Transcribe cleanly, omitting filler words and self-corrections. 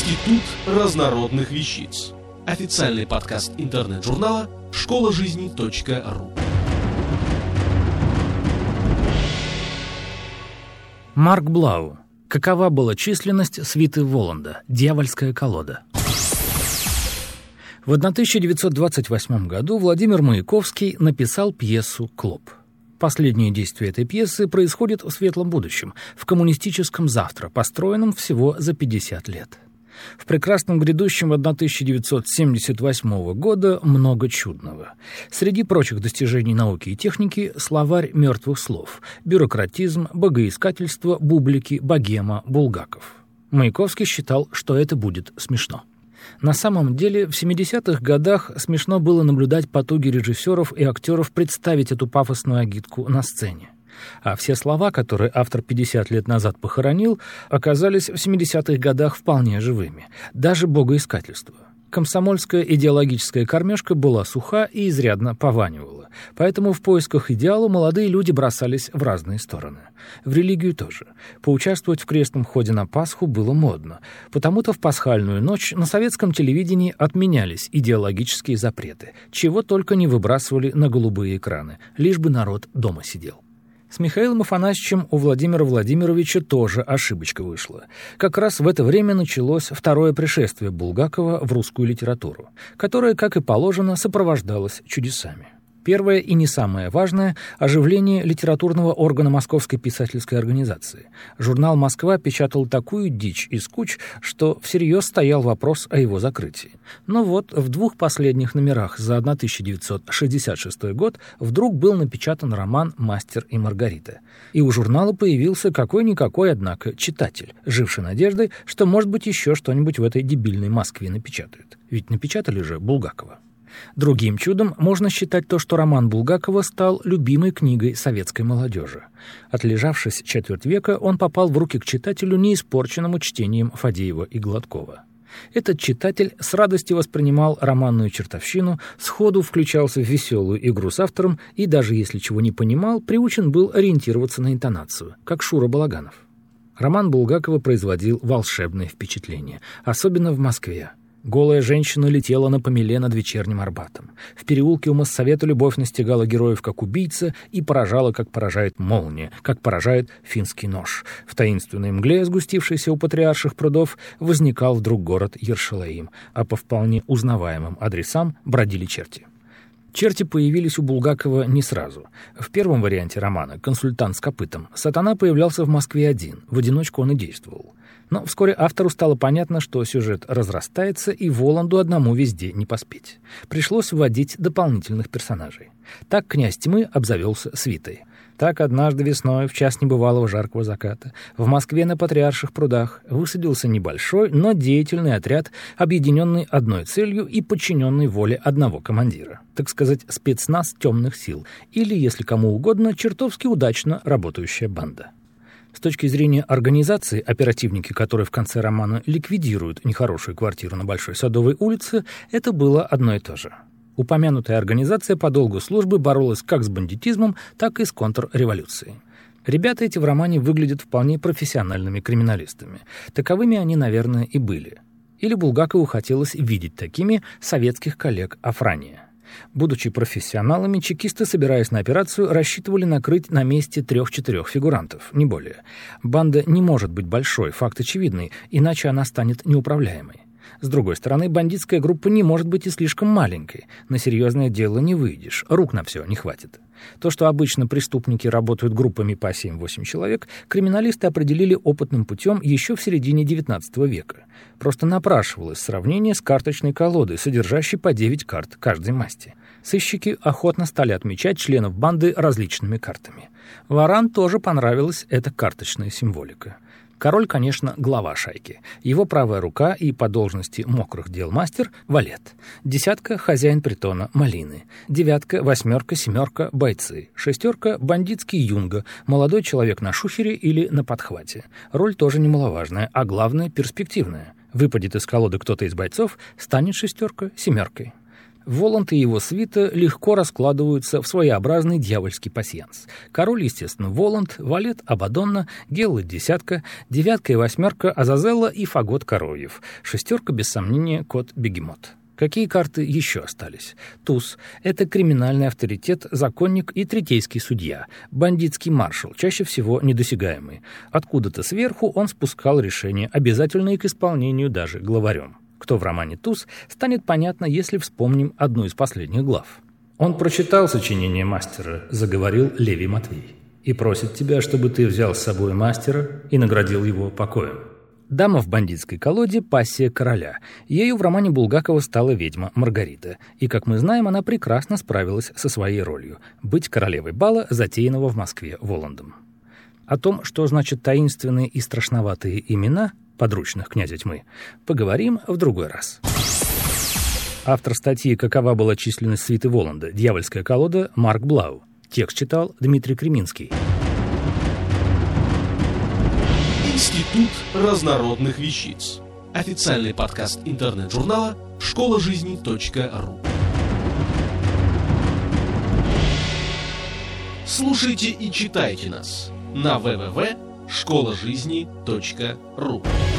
Институт разнородных вещиц. Официальный подкаст интернет-журнала школажизни.ру. Марк Блау. Какова была численность свиты Воланда? Дьявольская колода. В 1928 году Владимир Маяковский написал пьесу «Клоп». Последнее действие этой пьесы происходит в светлом будущем, в коммунистическом завтра, построенном всего за 50 лет. В прекрасном грядущем 1978 года много чудного. Среди прочих достижений науки и техники словарь мертвых слов, бюрократизм, богоискательство, бублики, богема, Булгаков. Маяковский считал, что это будет смешно. На самом деле, в 70-х годах смешно было наблюдать потуги режиссеров и актеров представить эту пафосную агитку на сцене. А все слова, которые автор 50 лет назад похоронил, оказались в 70-х годах вполне живыми. Даже богоискательство. Комсомольская идеологическая кормежка была суха и изрядно пованивала. Поэтому в поисках идеала молодые люди бросались в разные стороны. В религию тоже. Поучаствовать в крестном ходе на Пасху было модно. Потому-то в пасхальную ночь на советском телевидении отменялись идеологические запреты. Чего только не выбрасывали на голубые экраны, лишь бы народ дома сидел. С Михаилом Афанасьевичем у Владимира Владимировича тоже ошибочка вышла. Как раз в это время началось второе пришествие Булгакова в русскую литературу, которое, как и положено, сопровождалось чудесами. Первое и не самое важное – оживление литературного органа Московской писательской организации. Журнал «Москва» печатал такую дичь из куч, что всерьез стоял вопрос о его закрытии. Но вот в двух последних номерах за 1966 год вдруг был напечатан роман «Мастер и Маргарита». И у журнала появился какой-никакой, однако, читатель, живший надеждой, что, может быть, еще что-нибудь в этой дебильной Москве напечатают. Ведь напечатали же Булгакова. Другим чудом можно считать то, что роман Булгакова стал любимой книгой советской молодежи. Отлежавшись четверть века, он попал в руки к читателю, не испорченному чтением Фадеева и Гладкова. Этот читатель с радостью воспринимал романную чертовщину, сходу включался в веселую игру с автором и, даже если чего не понимал, приучен был ориентироваться на интонацию, как Шура Балаганов. Роман Булгакова производил волшебное впечатление, особенно в Москве. Голая женщина летела на помеле над вечерним Арбатом. В переулке у Моссовета любовь настигала героев как убийца и поражала, как поражает молния, как поражает финский нож. В таинственной мгле, сгустившейся у Патриарших прудов, возникал вдруг город Ершалаим, а по вполне узнаваемым адресам бродили черти. Черти появились у Булгакова не сразу. В первом варианте романа «Консультант с копытом» сатана появлялся в Москве один, в одиночку он и действовал. Но вскоре автору стало понятно, что сюжет разрастается, и Воланду одному везде не поспеть. Пришлось вводить дополнительных персонажей. Так князь тьмы обзавелся свитой. Так однажды весной, в час небывалого жаркого заката, в Москве на Патриарших прудах высадился небольшой, но деятельный отряд, объединенный одной целью и подчиненный воле одного командира. Так сказать, спецназ темных сил, или, если кому угодно, чертовски удачно работающая банда. С точки зрения организации, оперативники, которые в конце романа ликвидируют нехорошую квартиру на Большой Садовой улице, это было одно и то же. Упомянутая организация по долгу службы боролась как с бандитизмом, так и с контрреволюцией. Ребята эти в романе выглядят вполне профессиональными криминалистами. Таковыми они, наверное, и были. Или Булгакову хотелось видеть такими советских коллег Афрания. Будучи профессионалами, чекисты, собираясь на операцию, рассчитывали накрыть на месте 3-4 фигурантов, не более. Банда не может быть большой, факт очевидный, иначе она станет неуправляемой. С другой стороны, бандитская группа не может быть и слишком маленькой. На серьезное дело не выйдешь, рук на все не хватит. То, что обычно преступники работают группами по 7-8 человек, криминалисты определили опытным путем еще в середине XIX века. Просто напрашивалось сравнение с карточной колодой, содержащей по 9 карт каждой масти. Сыщики охотно стали отмечать членов банды различными картами. Ворам тоже понравилась эта карточная символика. Король, конечно, глава шайки. Его правая рука и по должности мокрых дел мастер — валет. Десятка — хозяин притона малины. Девятка, восьмерка, семерка — бойцы. Шестерка — бандитский юнга, молодой человек на шухере или на подхвате. Роль тоже немаловажная, а главное — перспективная. Выпадет из колоды кто-то из бойцов, станет шестерка семеркой. Воланд и его свита легко раскладываются в своеобразный дьявольский пасьянс. Король, естественно, Воланд, валет Абадонна, Гелла десятка, девятка и восьмерка Азазелла и фагот Коровьев, шестерка, без сомнения, кот Бегемот. Какие карты еще остались? Туз — это криминальный авторитет, законник и третейский судья, бандитский маршал, чаще всего недосягаемый. Откуда-то сверху он спускал решения, обязательные к исполнению даже главарем. Кто в романе «Туз», станет понятно, если вспомним одну из последних глав. «Он прочитал сочинение мастера», — заговорил Левий Матвей, «и просит тебя, чтобы ты взял с собой мастера и наградил его покоем». Дама в бандитской колоде — пассия короля. Ею в романе Булгакова стала ведьма Маргарита. И, как мы знаем, она прекрасно справилась со своей ролью — быть королевой бала, затеянного в Москве Воландом. О том, что значат таинственные и страшноватые имена подручных князя тьмы, поговорим в другой раз. Автор статьи «Какова была численность свиты Воланда. Дьявольская колода» Марк Блау. Текст читал Дмитрий Креминский. Институт разнородных вещиц. Официальный подкаст интернет-журнала школажизни.ру. Слушайте и читайте нас на www.школажизни.ру.